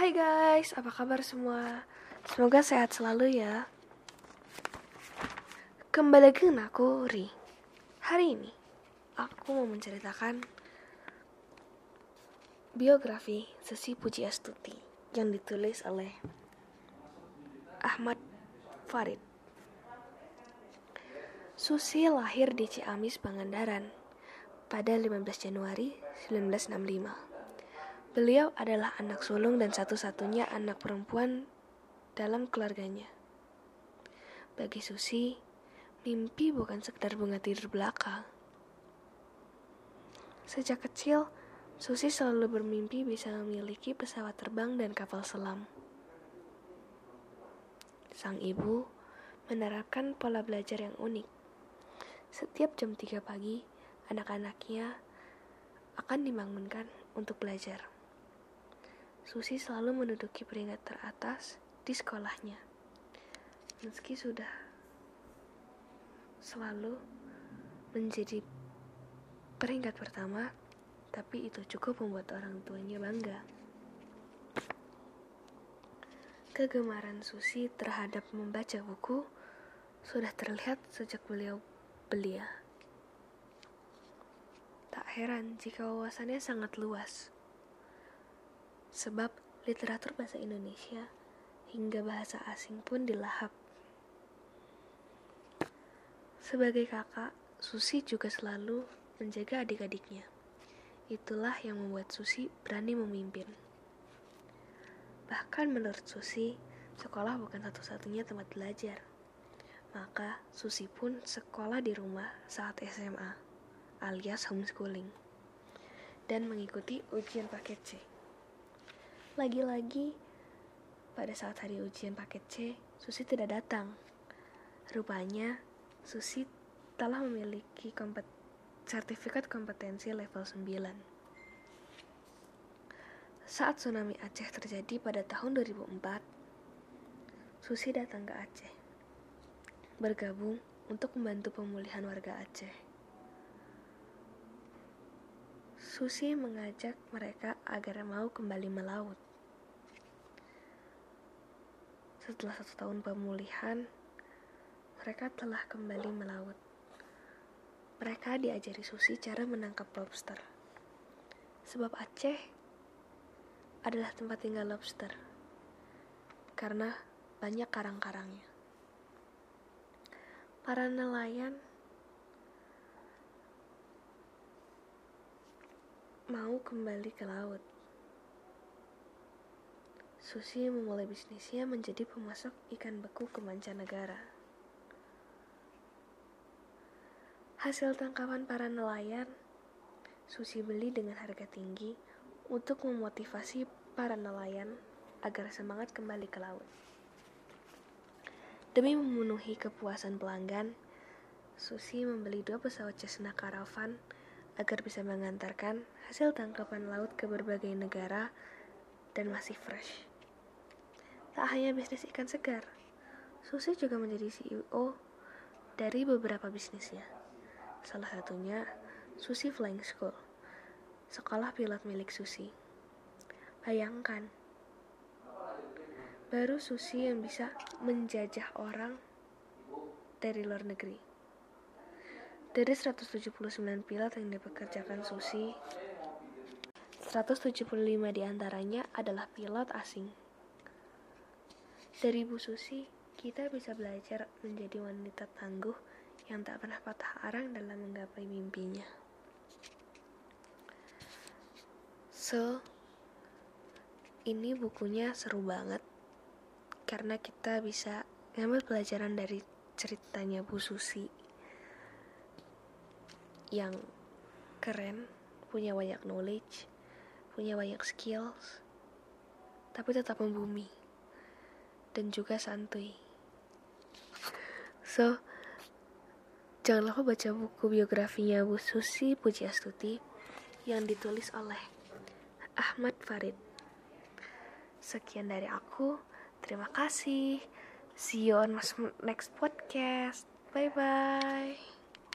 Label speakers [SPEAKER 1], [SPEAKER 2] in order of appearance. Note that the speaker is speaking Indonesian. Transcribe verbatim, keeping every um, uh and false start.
[SPEAKER 1] Hai guys, apa kabar semua? Semoga sehat selalu ya. Kembali lagi dengan aku, Ri. Hari ini, aku mau menceritakan biografi Susi Pujiastuti yang ditulis oleh Ahmad Farid. Susi lahir di Ciamis, Pangandaran pada lima belas Januari seribu sembilan ratus enam puluh lima. Beliau adalah anak sulung dan satu-satunya anak perempuan dalam keluarganya. Bagi Susi, mimpi bukan sekedar bunga tidur belaka. Sejak kecil, Susi selalu bermimpi bisa memiliki pesawat terbang dan kapal selam. Sang ibu menerapkan pola belajar yang unik. Setiap jam tiga pagi, anak-anaknya akan dibangunkan untuk belajar. Susi selalu menduduki peringkat teratas di sekolahnya. Meski sudah selalu menjadi peringkat pertama, tapi itu cukup membuat orang tuanya bangga. Kegemaran Susi terhadap membaca buku sudah terlihat sejak beliau belia. Tak heran jika wawasannya sangat luas, sebab literatur bahasa Indonesia hingga bahasa asing pun dilahap. Sebagai kakak, Susi juga selalu menjaga adik-adiknya. Itulah yang membuat Susi berani memimpin. Bahkan menurut Susi, sekolah bukan satu-satunya tempat belajar. Maka Susi pun sekolah di rumah saat S M A, alias homeschooling, dan mengikuti ujian paket C. Lagi-lagi, pada saat hari ujian paket C, Susi tidak datang. Rupanya, Susi telah memiliki kompet- sertifikat kompetensi level sembilan. Saat tsunami Aceh terjadi pada tahun dua ribu empat, Susi datang ke Aceh, bergabung untuk membantu pemulihan warga Aceh. Susi mengajak mereka agar mau kembali melaut. Setelah satu tahun pemulihan, mereka telah kembali melaut. Mereka diajari Susi cara menangkap lobster. Sebab Aceh adalah tempat tinggal lobster, karena banyak karang-karangnya. Para nelayan mau kembali ke laut. Susi memulai bisnisnya menjadi pemasok ikan beku ke mancanegara. Hasil tangkapan para nelayan, Susi beli dengan harga tinggi untuk memotivasi para nelayan agar semangat kembali ke laut. Demi memenuhi kepuasan pelanggan, Susi membeli dua pesawat Cessna Caravan agar bisa mengantarkan hasil tangkapan laut ke berbagai negara dan masih fresh. Tak hanya bisnis ikan segar, Susi juga menjadi C E O dari beberapa bisnisnya. Salah satunya Susi Flying School, sekolah pilot milik Susi. Bayangkan, baru Susi yang bisa menjajah orang dari luar negeri. Dari seratus tujuh puluh sembilan pilot yang dipekerjakan Susi, seratus tujuh puluh lima diantaranya adalah pilot asing. Dari Bu Susi, kita bisa belajar menjadi wanita tangguh yang tak pernah patah arang dalam menggapai mimpinya. So, ini bukunya seru banget karena kita bisa ngambil pelajaran dari ceritanya Bu Susi yang keren, punya banyak knowledge, punya banyak skills, tapi tetap membumi dan juga santuy. So, jangan lupa baca buku biografinya Bu Susi Pujiastuti yang ditulis oleh Ahmad Farid. Sekian dari aku. Terima kasih. See you on my next podcast. Bye-bye.